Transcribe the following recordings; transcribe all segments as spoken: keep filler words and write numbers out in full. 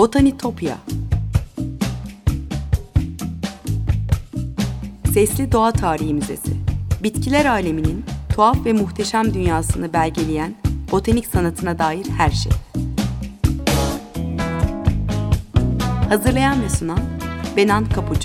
Botanitopya. Sesli Doğa Tarihi Müzesi. Bitkiler aleminin tuhaf ve muhteşem dünyasını belgeleyen botanik sanatına dair her şey. Hazırlayan ve sunan Benan Kapucu.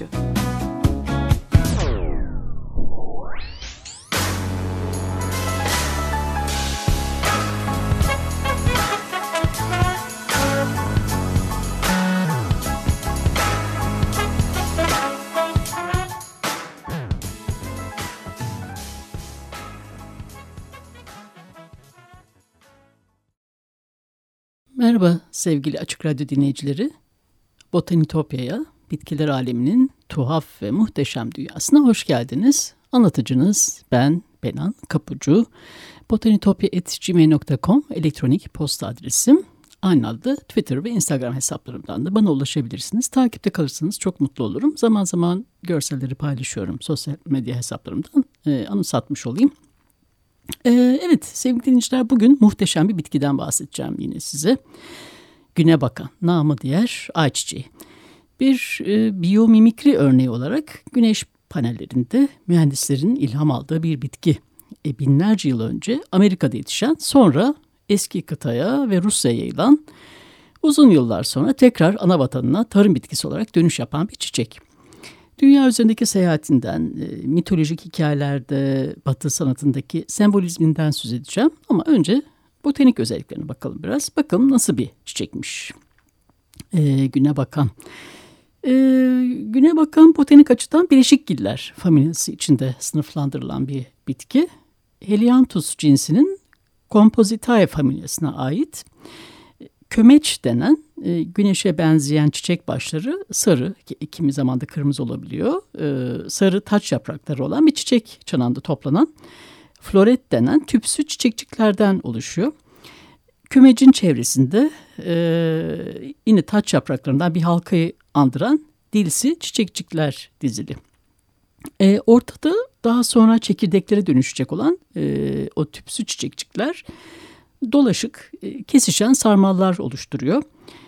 Merhaba sevgili Açık Radyo dinleyicileri. Botanitopya'ya, bitkiler aleminin tuhaf ve muhteşem dünyasına hoş geldiniz. Anlatıcınız ben Benan Kapucu. botanitopya at gmail nokta com elektronik posta adresim. Aynı adlı Twitter ve Instagram hesaplarımdan da bana ulaşabilirsiniz. Takipte kalırsanız çok mutlu olurum. Zaman zaman görselleri paylaşıyorum sosyal medya hesaplarımdan. Ee, anımsatmış olayım. Ee, evet sevgili dinleyiciler, bugün muhteşem bir bitkiden bahsedeceğim yine size. Günebakan, namı diğer ayçiçeği. Bir e, biyomimikri örneği olarak güneş panellerinde mühendislerin ilham aldığı bir bitki. E, binlerce yıl önce Amerika'da yetişen, sonra eski kıtaya ve Rusya'ya yayılan, uzun yıllar sonra tekrar ana vatanına tarım bitkisi olarak dönüş yapan bir çiçek. Dünya üzerindeki seyahatinden, e, mitolojik hikayelerde, Batı sanatındaki sembolizminden söz edeceğim. Ama önce botanik özelliklerine bakalım biraz. Bakalım nasıl bir çiçekmiş. E, Günebakan. E, Günebakan botanik açıdan bileşikgiller familyası içinde sınıflandırılan bir bitki. Helianthus cinsinin Compositae familyasına ait. Kömeç denen e, güneşe benzeyen çiçek başları sarı, kimi zaman da kırmızı olabiliyor. E, sarı taç yaprakları olan bir çiçek çanağında toplanan floret denen tüpsü çiçekçiklerden oluşuyor. Kümecin çevresinde e, yine taç yapraklarından bir halkayı andıran dilsi çiçekçikler dizili. E, ortada daha sonra çekirdeklere dönüşecek olan e, o tüpsü çiçekçikler dolaşık, kesişen sarmallar oluşturuyor.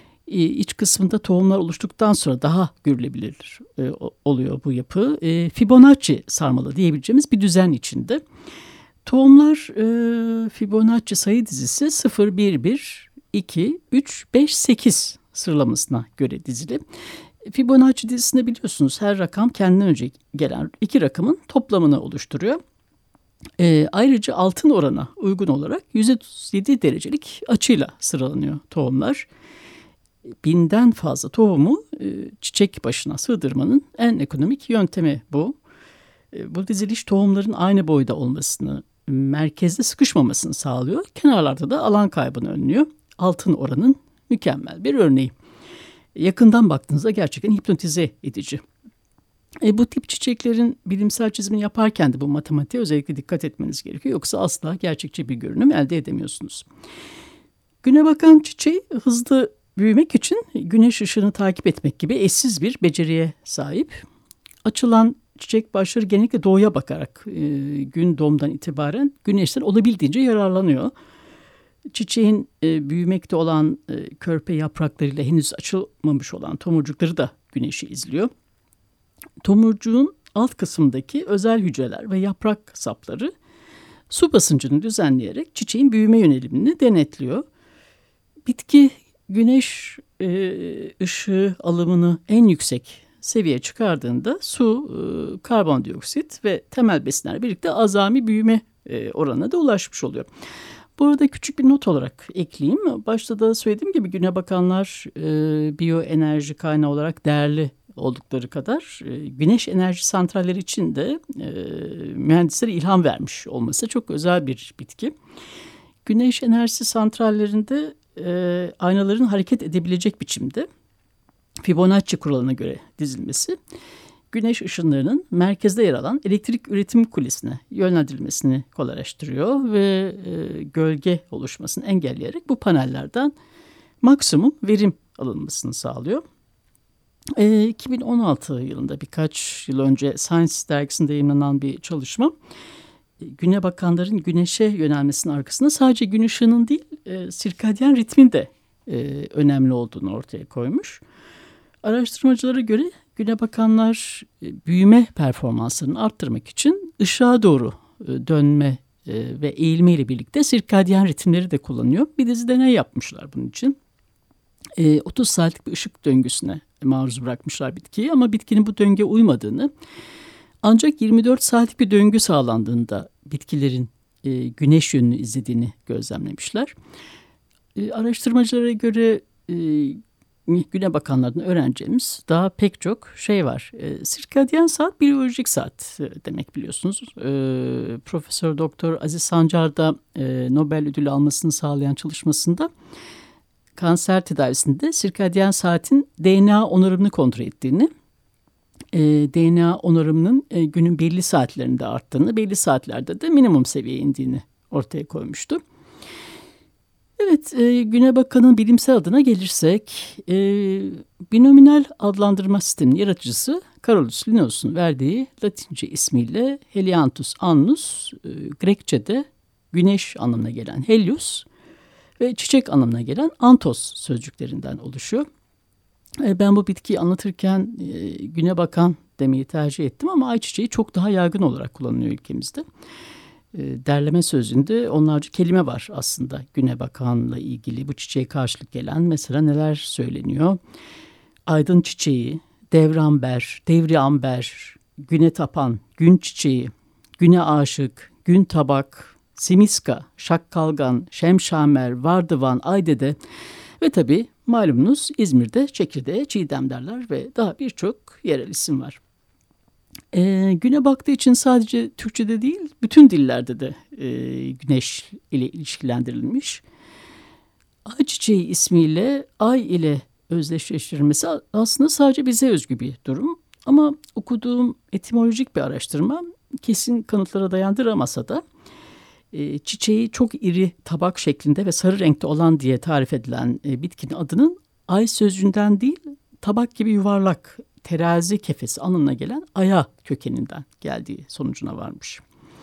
İç kısmında tohumlar oluştuktan sonra daha görülebilir oluyor bu yapı. Fibonacci sarmalı diyebileceğimiz bir düzen içinde. Tohumlar Fibonacci sayı dizisi sıfır, bir, bir, iki, üç, beş, sekiz sıralamasına göre dizili. Fibonacci dizisinde biliyorsunuz her rakam kendinden önce gelen iki rakamın toplamını oluşturuyor. E, ayrıca altın orana uygun olarak yüz otuz yedi derecelik açıyla sıralanıyor tohumlar. Binden fazla tohumu e, çiçek başına sığdırmanın en ekonomik yöntemi bu. E, bu diziliş tohumların aynı boyda olmasını, merkezde sıkışmamasını sağlıyor. Kenarlarda da alan kaybını önlüyor. Altın oranın mükemmel bir örneği. Yakından baktığınızda gerçekten hipnotize edici. E, bu tip çiçeklerin bilimsel çizimini yaparken de bu matematiğe özellikle dikkat etmeniz gerekiyor. Yoksa asla gerçekçi bir görünüm elde edemiyorsunuz. Günebakan çiçeği hızlı büyümek için güneş ışığını takip etmek gibi eşsiz bir beceriye sahip. Açılan çiçek başları genellikle doğuya bakarak e, gün doğumdan itibaren güneşten olabildiğince yararlanıyor. Çiçeğin e, büyümekte olan e, körpe yapraklarıyla henüz açılmamış olan tomurcukları da güneşi izliyor. Tomurcuğun alt kısmındaki özel hücreler ve yaprak sapları su basıncını düzenleyerek çiçeğin büyüme yönelimini denetliyor. Bitki güneş e, ışığı alımını en yüksek seviyeye çıkardığında su, e, karbondioksit ve temel besinler birlikte azami büyüme e, oranına da ulaşmış oluyor. Bu arada küçük bir not olarak ekleyeyim. Başta da söylediğim gibi günebakanlar e, biyoenerji kaynağı olarak değerli oldukları kadar e, güneş enerji santralleri için de e, mühendislere ilham vermiş olması çok özel bir bitki. Güneş enerjisi santrallerinde e, aynaların hareket edebilecek biçimde Fibonacci kuralına göre dizilmesi, güneş ışınlarının merkezde yer alan elektrik üretim kulesine yönlendirilmesini kolaylaştırıyor ve e, gölge oluşmasını engelleyerek bu panellerden maksimum verim alınmasını sağlıyor. E, iki bin on altı yılında birkaç yıl önce Science dergisinde yayınlanan bir çalışma, e, günebakanların güneşe yönelmesinin arkasında sadece gün ışığının değil, e, sirkadyen ritmin de e, önemli olduğunu ortaya koymuş. Araştırmacılara göre güne bakanlar e, büyüme performanslarını arttırmak için ışığa doğru e, dönme e, ve eğilme ile birlikte sirkadyen ritimleri de kullanıyor. Bir dizi deney yapmışlar bunun için. E, otuz saatlik bir ışık döngüsüne maruz bırakmışlar bitkiyi ama bitkinin bu döngüye uymadığını, ancak yirmi dört saatlik bir döngü sağlandığında bitkilerin e, güneş yönünü izlediğini gözlemlemişler. E, araştırmacılara göre e, güne bakanlardan öğreneceğimiz daha pek çok şey var. E, sirkadyen saat biyolojik saat e, demek biliyorsunuz. E, Profesör Doktor Aziz Sancar da e, Nobel ödülü almasını sağlayan çalışmasında kanser tedavisinde sirkadyen saatin D N A onarımını kontrol ettiğini, e, D N A onarımının e, günün belli saatlerinde arttığını, belli saatlerde de minimum seviyeye indiğini ortaya koymuştu. Evet, e, güne bakanın bilimsel adına gelirsek, e, binominal adlandırma sisteminin yaratıcısı Carolus Linnaeus'un verdiği Latince ismiyle Helianthus annus, e, Grekçe'de güneş anlamına gelen Helios ve çiçek anlamına gelen Anthos sözcüklerinden oluşuyor. E, ben bu bitkiyi anlatırken e, güne bakan demeyi tercih ettim ama ayçiçeği çok daha yaygın olarak kullanılıyor ülkemizde. Derleme sözünde onlarca kelime var aslında güne bakanla ilgili bu çiçeğe karşılık gelen. Mesela neler söyleniyor? Aydın çiçeği, devramber, devri amber, güne tapan, gün çiçeği, güne aşık, gün tabak, simiska, şakkalgan, şemşamer, vardıvan, aydede ve tabii malumunuz İzmir'de çekirdeğe çiğdem derler ve daha birçok yerel isim var. E, güne baktığı için sadece Türkçe'de değil, bütün dillerde de e, güneş ile ilişkilendirilmiş. Ayçiçeği ismiyle ay ile özdeşleştirilmesi aslında sadece bize özgü bir durum. Ama okuduğum etimolojik bir araştırma kesin kanıtlara dayandıramasa da e, çiçeği çok iri tabak şeklinde ve sarı renkte olan diye tarif edilen e, bitkinin adının ay sözcüğünden değil, tabak gibi yuvarlak, terazi kefesi anlamına gelen aya kökeninden geldiği sonucuna varmış.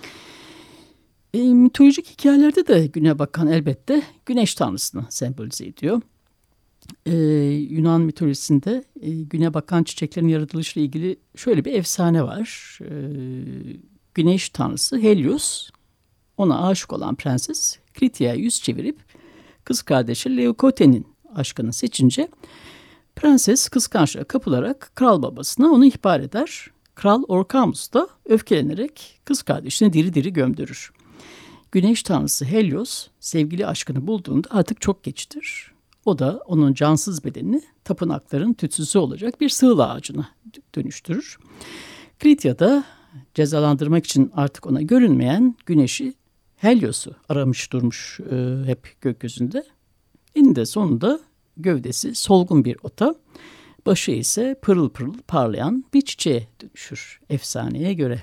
E, mitolojik hikayelerde de güne bakan elbette güneş tanrısını sembolize ediyor. E, Yunan mitolojisinde e, güne bakan çiçeklerin yaratılışıyla ilgili şöyle bir efsane var. E, güneş tanrısı Helios, ona aşık olan prenses Kritia'ya yüz çevirip kız kardeşi Leukote'nin aşkını seçince prenses kıskançlığa kapılarak kral babasına onu ihbar eder. Kral Orkamus da öfkelenerek kız kardeşini diri diri gömdürür. Güneş tanrısı Helios sevgili aşkını bulduğunda artık çok geçtir. O da onun cansız bedenini tapınakların tütsüsü olacak bir sığıl ağacına dönüştürür. Kritia da cezalandırmak için artık ona görünmeyen güneşi Helios'u aramış durmuş e, hep gökyüzünde. Eninde sonunda gövdesi solgun bir ota, başı ise pırıl pırıl parlayan bir çiçeğe dönüşür efsaneye göre.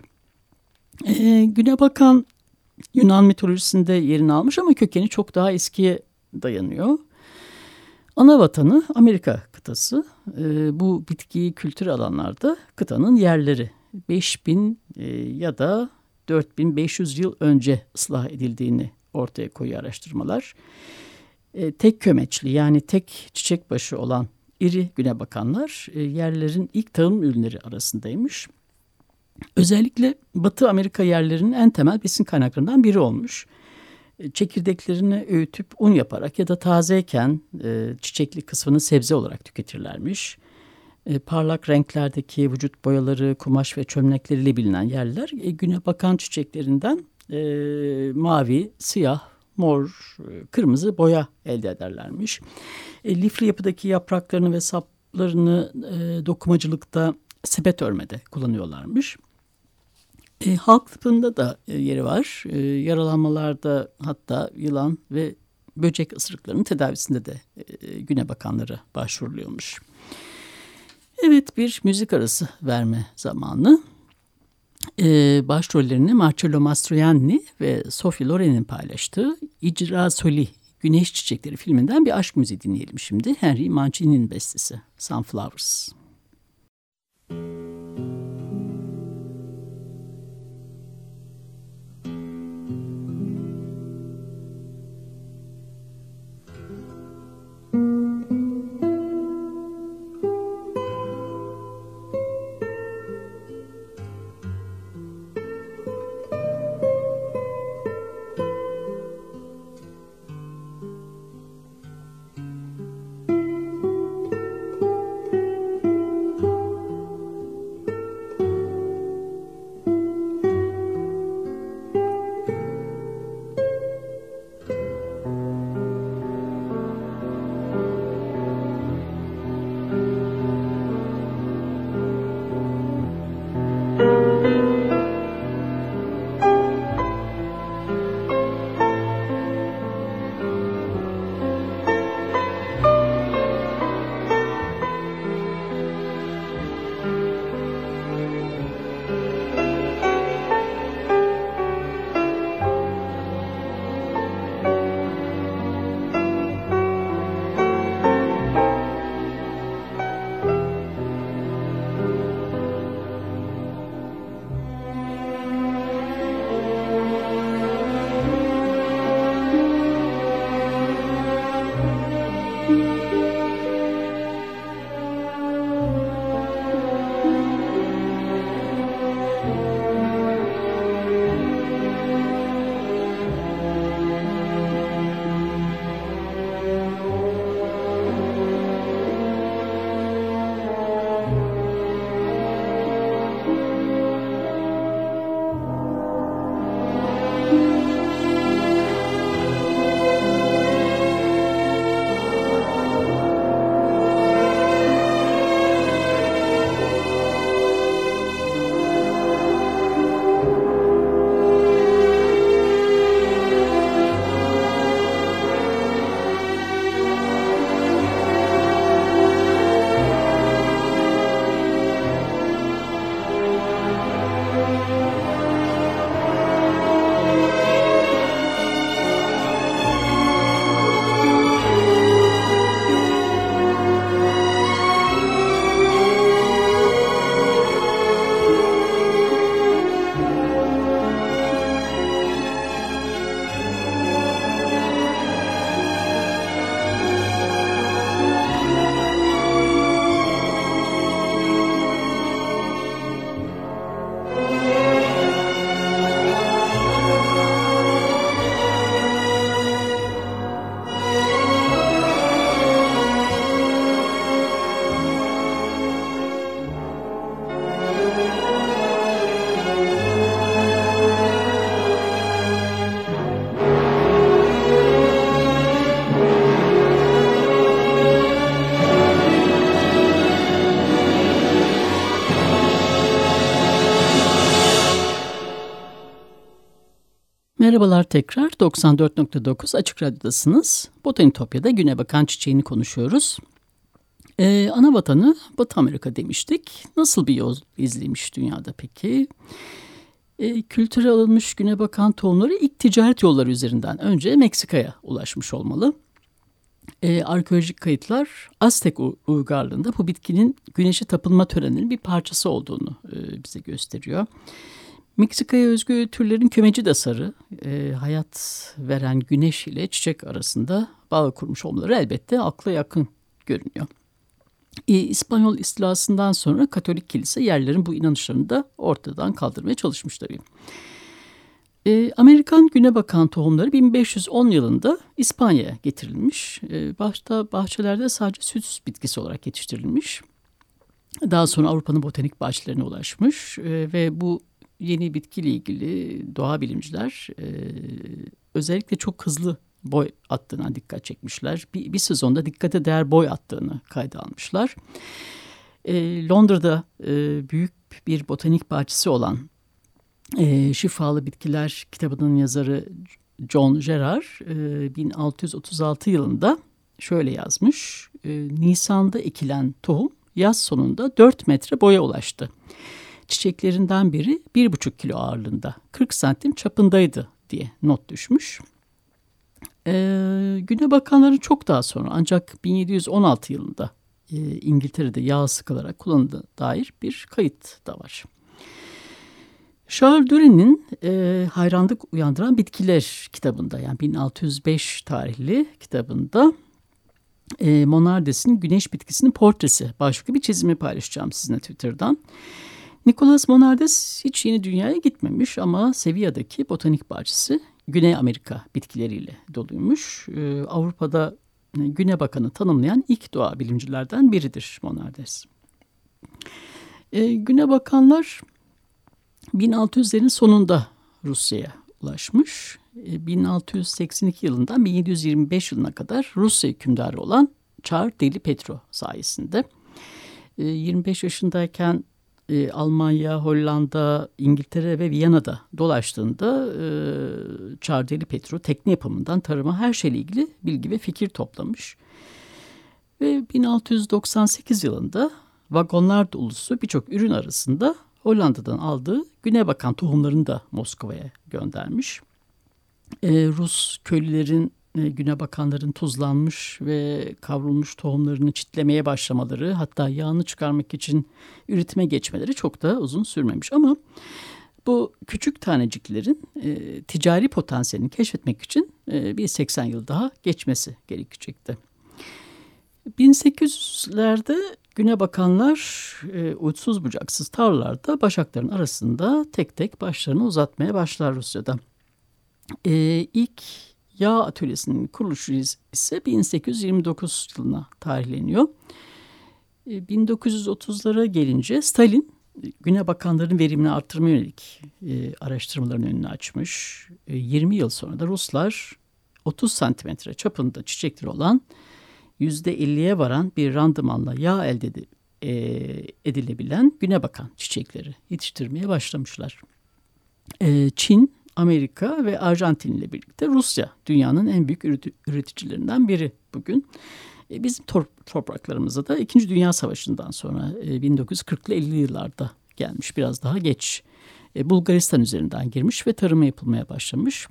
E, güne bakan Yunan mitolojisinde yerini almış ama kökeni çok daha eskiye dayanıyor. Ana vatanı Amerika kıtası. E, bu bitkiyi kültür alanlarda kıtanın yerleri beş bin e, ya da dört bin beş yüz yıl önce ıslah edildiğini ortaya koyuyor araştırmalar. E, tek kömeçli yani tek çiçek başı olan iri güne bakanlar e, yerlerin ilk tarım ürünleri arasındaymış. Özellikle Batı Amerika yerlerinin en temel besin kaynaklarından biri olmuş. E, çekirdeklerini öğütüp un yaparak ya da tazeyken e, çiçekli kısmını sebze olarak tüketirlermiş. E, parlak renklerdeki vücut boyaları, kumaş ve çömlekleriyle bilinen yerler e, güne bakan çiçeklerinden e, mavi, siyah, mor, kırmızı boya elde ederlermiş. E, lifli yapıdaki yapraklarını ve saplarını e, dokumacılıkta sepet örmede kullanıyorlarmış. E, halk tıbbında da e, yeri var. E, yaralanmalarda hatta yılan ve böcek ısırıklarının tedavisinde de e, güne bakanlara başvuruluyormuş. Evet, bir müzik arası verme zamanı. Ee, başrollerini Marcello Mastroianni ve Sophie Loren'in paylaştığı İcra Soli, Güneş Çiçekleri filminden bir aşk müziği dinleyelim şimdi. Henry Mancini'nin bestesi Sunflowers. Thank Merhabalar tekrar. doksan dört nokta dokuz Açık Radyo'dasınız. Botanitopya'da güne bakan çiçeğini konuşuyoruz. Ee, ana vatanı Batı Amerika demiştik. Nasıl bir yol izlemiş dünyada peki? Ee, kültüre alınmış güne bakan tohumları ilk ticaret yolları üzerinden önce Meksika'ya ulaşmış olmalı. Ee, arkeolojik kayıtlar Aztek uygarlığında bu bitkinin güneşe tapınma töreninin bir parçası olduğunu e, bize gösteriyor. Meksika'ya özgü türlerin kümeci de sarı, e, hayat veren güneş ile çiçek arasında bağ kurmuş olmaları elbette akla yakın görünüyor. E, İspanyol istilasından sonra Katolik kilise yerlerin bu inanışlarını da ortadan kaldırmaya çalışmış tabii. E, Amerikan güne bakan tohumları bin beş yüz on yılında İspanya'ya getirilmiş. E, başta bahçelerde sadece süs bitkisi olarak yetiştirilmiş. Daha sonra Avrupa'nın botanik bahçelerine ulaşmış e, ve bu yeni bitkiyle ilgili doğa bilimciler e, özellikle çok hızlı boy attığına dikkat çekmişler. Bir, bir sezonda dikkate değer boy attığını kayda almışlar. E, Londra'da e, büyük bir botanik bahçesi olan e, Şifalı Bitkiler kitabının yazarı John Gerard e, bin altı yüz otuz altı yılında şöyle yazmış. E, Nisan'da ekilen tohum yaz sonunda dört metre boya ulaştı. Çiçeklerinden biri bir buçuk kilo ağırlığında, kırk santim çapındaydı diye not düşmüş. Ee, güne bakanların çok daha sonra ancak bin yedi yüz on altı yılında e, İngiltere'de yağ sıkılarak kullanıldığı dair bir kayıt da var. Charles Dure'nin e, hayranlık uyandıran bitkiler kitabında, yani bin altı yüz beş tarihli kitabında e, Monardes'in güneş bitkisinin portresi başlıklı bir çizimi paylaşacağım sizinle Twitter'dan. Nicolas Monardes hiç yeni dünyaya gitmemiş ama Sevilla'daki botanik bahçesi Güney Amerika bitkileriyle doluymuş. Ee, Avrupa'da güne bakanı tanımlayan ilk doğa bilimcilerden biridir Monardes. Ee, güne bakanlar bin altı yüzlerin sonunda Rusya'ya ulaşmış. Ee, bin altı yüz seksen iki yılından bin yedi yüz yirmi beş yılına kadar Rusya hükümdarı olan Çar Deli Petro sayesinde. Ee, yirmi beş yaşındayken E, Almanya, Hollanda, İngiltere ve Viyana'da dolaştığında e, Çar Deli Petro tekne yapımından tarıma her şeyle ilgili bilgi ve fikir toplamış. Ve bin altı yüz doksan sekiz yılında vagonlar dolusu birçok ürün arasında Hollanda'dan aldığı güne bakan tohumlarını da Moskova'ya göndermiş. E, Rus köylülerin e, güne bakanların tuzlanmış ve kavrulmuş tohumlarını çitlemeye başlamaları, hatta yağını çıkarmak için üretime geçmeleri çok da uzun sürmemiş. Ama bu küçük taneciklerin e, ticari potansiyelini keşfetmek için e, bir seksen yıl daha geçmesi gerekecekti. bin sekiz yüzlerde güne bakanlar e, uçsuz bucaksız tarlalarda başakların arasında tek tek başlarını uzatmaya başlar Rusya'da. E, ilk yağ atölyesinin kuruluşu ise bin sekiz yüz yirmi dokuz yılına tarihleniyor. E, bin dokuz yüz otuzlara gelince Stalin güne bakanların verimini artırmaya yönelik e, araştırmaların önünü açmış. E, yirmi yıl sonra da Ruslar otuz santimetre çapında çiçekleri olan yüzde elliye varan bir randımanla yağ elde ed- e, edilebilen güne bakan çiçekleri yetiştirmeye başlamışlar. E, Çin, Amerika ve Arjantin ile birlikte Rusya dünyanın en büyük üreticilerinden biri bugün. E, bizim tor- topraklarımıza da İkinci Dünya Savaşı'ndan sonra e, bin dokuz yüz kırklı elli yıllarda gelmiş, biraz daha geç. E, Bulgaristan üzerinden girmiş ve tarıma yapılmaya başlamış.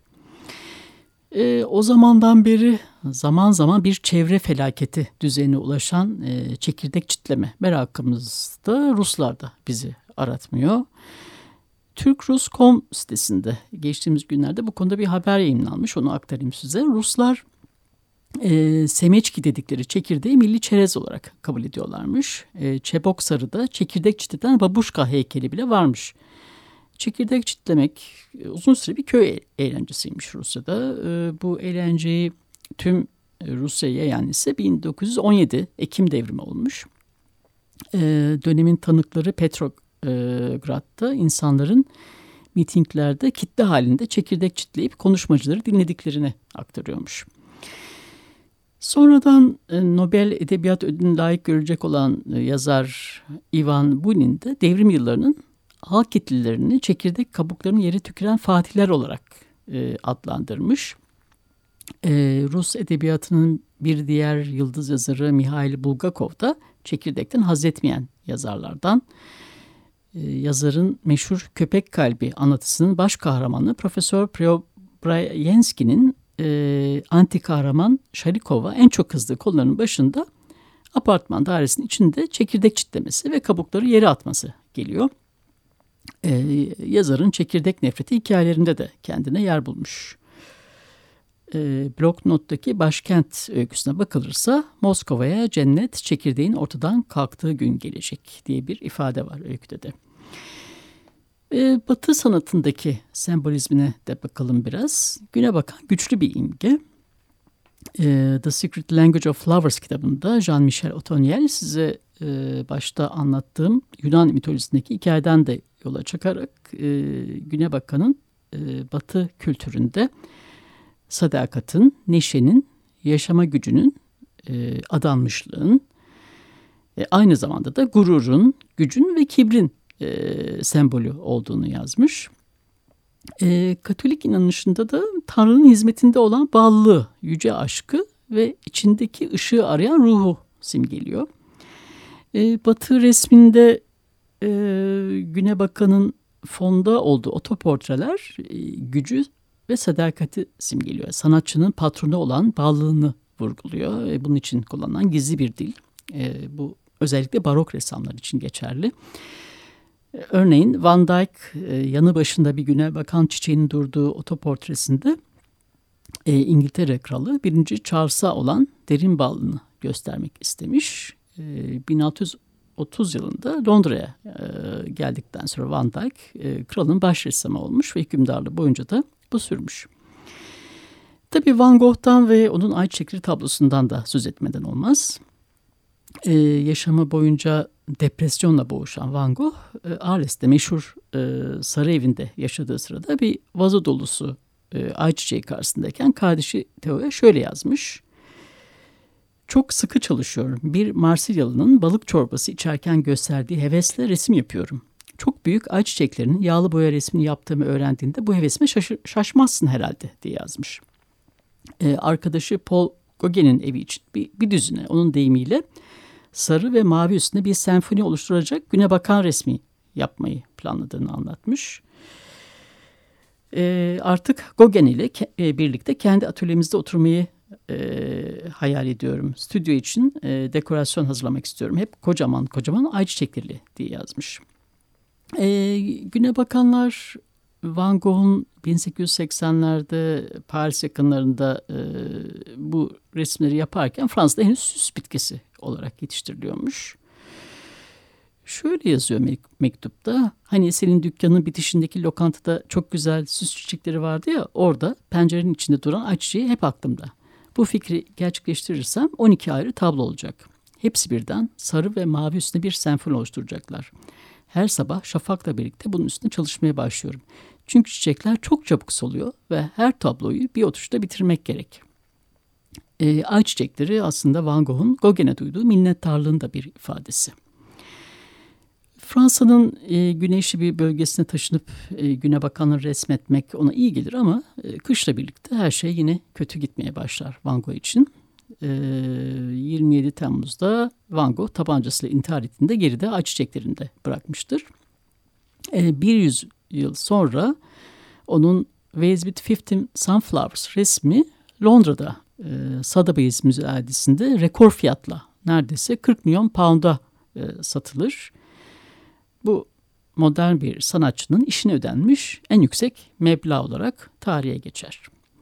E, o zamandan beri zaman zaman bir çevre felaketi düzeyine ulaşan e, çekirdek çitleme merakımız da Ruslar da bizi aratmıyor. Türk-Rus nokta com sitesinde geçtiğimiz günlerde bu konuda bir haber yayınlanmış. Onu aktarayım size. Ruslar e, semeçki dedikleri çekirdeği milli çerez olarak kabul ediyorlarmış. E, Çeboksarı'da çekirdek çitleten babuşka heykeli bile varmış. Çekirdek çitlemek e, uzun süre bir köy eğlencesiymiş Rusya'da. E, bu eğlenceyi tüm Rusya'ya yani ise bin dokuz yüz on yedi Ekim devrimi olmuş. E, dönemin tanıkları Petrograd'da insanların mitinglerde kitle halinde çekirdek çitleyip konuşmacıları dinlediklerini aktarıyormuş. Sonradan Nobel Edebiyat Ödülü'ne layık görecek olan yazar Ivan Bunin de devrim yıllarının halk kitlelerini çekirdek kabuklarının yere tüküren fatihler olarak e, adlandırmış. E, Rus edebiyatının bir diğer yıldız yazarı Mihail Bulgakov da çekirdekten haz etmeyen yazarlardan. E, yazarın meşhur Köpek Kalbi anlatısının baş kahramanı Profesör Preobrajensky'nin e, anti kahraman Şarikov'a en çok kızdığı konuların başında apartman dairesinin içinde çekirdek çitlemesi ve kabukları yere atması geliyor. Ee, yazarın çekirdek nefreti hikayelerinde de kendine yer bulmuş. Ee, Bloknot'taki Başkent öyküsüne bakılırsa Moskova'ya cennet çekirdeğin ortadan kalktığı gün gelecek diye bir ifade var öyküde de. Ee, Batı sanatındaki sembolizmine de bakalım biraz. Güne bakan güçlü bir imge. The Secret Language of Flowers kitabında Jean-Michel Otoniel size e, başta anlattığım Yunan mitolojisindeki hikayeden de yola çıkarak e, güne bakanın e, Batı kültüründe sadakatin, neşenin, yaşama gücünün, e, adanmışlığın, e, aynı zamanda da gururun, gücün ve kibrin e, sembolü olduğunu yazmış. E, Katolik inanışında da Tanrı'nın hizmetinde olan bağlılığı, yüce aşkı ve içindeki ışığı arayan ruhu simgeliyor. E, Batı resminde e, güne bakanın fonda olduğu otoportreler e, gücü ve sadakati simgeliyor. Sanatçının patronu olan bağlılığını vurguluyor. E, bunun için kullanılan gizli bir dil. E, bu özellikle barok ressamlar için geçerli. Örneğin Van Dyck yanı başında bir güne bakan çiçeğinin durduğu otoportresinde e, İngiltere Kralı birinci Charles'a olan derin bağlılığını göstermek istemiş. E, bin altı yüz otuz yılında Londra'ya e, geldikten sonra Van Dyck e, kralın baş ressamı olmuş ve hükümdarlığı boyunca da bu sürmüş. Tabii Van Gogh'tan ve onun Ayçiçekleri tablosundan da söz etmeden olmaz. Ee, yaşamı boyunca depresyonla boğuşan Van Gogh, e, Arles'te meşhur e, sarı evinde yaşadığı sırada bir vazo dolusu e, ayçiçeği karşısındayken kardeşi Theo'ya şöyle yazmış. Çok sıkı çalışıyorum. Bir Marsilyalı'nın balık çorbası içerken gösterdiği hevesle resim yapıyorum. Çok büyük ayçiçeklerinin yağlı boya resmini yaptığımı öğrendiğinde bu hevesime şaş- şaşmazsın herhalde diye yazmış. Ee, arkadaşı Paul Gauguin'in evi için bir, bir düzine, onun deyimiyle sarı ve mavi üstünde bir senfoni oluşturacak güne bakan resmi yapmayı planladığını anlatmış. Ee, artık Gauguin ile ke- e, birlikte kendi atölyemizde oturmayı e, hayal ediyorum. Stüdyo için e, dekorasyon hazırlamak istiyorum. Hep kocaman kocaman ayçiçekleri diye yazmış. E, güne bakanlar Van Gogh'un bin sekiz yüz seksenlerde Paris yakınlarında e, bu resimleri yaparken Fransa'da henüz süs bitkisi olarak yetiştiriliyormuş. Şöyle yazıyor me- mektupta. Hani senin dükkanın bitişindeki lokantada çok güzel süs çiçekleri vardı ya, orada pencerenin içinde duran ayçiçeği hep aklımda. Bu fikri gerçekleştirirsem on iki ayrı tablo olacak. Hepsi birden sarı ve mavi üstüne bir senfoni oluşturacaklar. Her sabah şafakla birlikte bunun üstüne çalışmaya başlıyorum. Çünkü çiçekler çok çabuk soluyor ve her tabloyu bir oturuşta bitirmek gerek. E, ay çiçekleri aslında Van Gogh'un Gauguin'e duyduğu minnettarlığın da bir ifadesi. Fransa'nın e, güneşli bir bölgesine taşınıp e, güne bakanları resmetmek ona iyi gelir ama e, kışla birlikte her şey yine kötü gitmeye başlar Van Gogh için. E, yirmi yedi Temmuz'da Van Gogh tabancasıyla intihar ettiğinde geride ay çiçeklerini de bırakmıştır. E, bir yüz yıl sonra onun Ways with elli Sunflowers resmi Londra'da e, Sotheby's Müzesi'nde rekor fiyatla neredeyse kırk milyon pound'a e, satılır. Bu modern bir sanatçının işine ödenmiş en yüksek meblağ olarak tarihe geçer.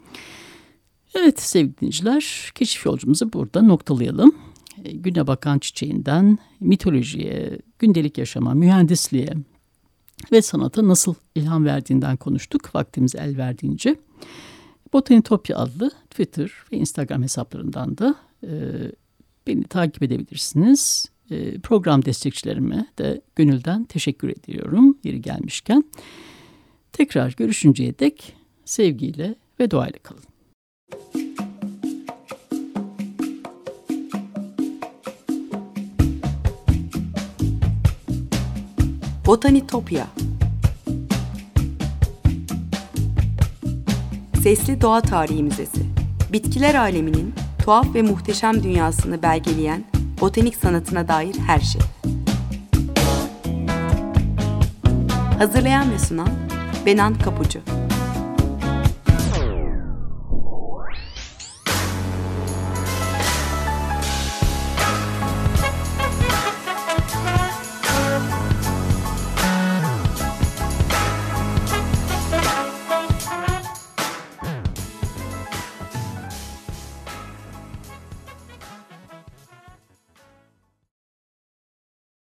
Evet sevgili dinleyiciler, keşif yolcumuzu burada noktalayalım. E, güne bakan çiçeğinden mitolojiye, gündelik yaşama, mühendisliğe ve sanata nasıl ilham verdiğinden konuştuk vaktimiz el verdiğince. Botanitopya adlı Twitter ve Instagram hesaplarından da e, beni takip edebilirsiniz. E, program destekçilerime de gönülden teşekkür ediyorum yeri gelmişken. Tekrar görüşünceye dek sevgiyle ve duayla kalın. Botanitopya. Sesli Doğa Tarihi Müzesi, bitkiler aleminin tuhaf ve muhteşem dünyasını belgeleyen botanik sanatına dair her şey. Hazırlayan ve sunan Benan Kapucu.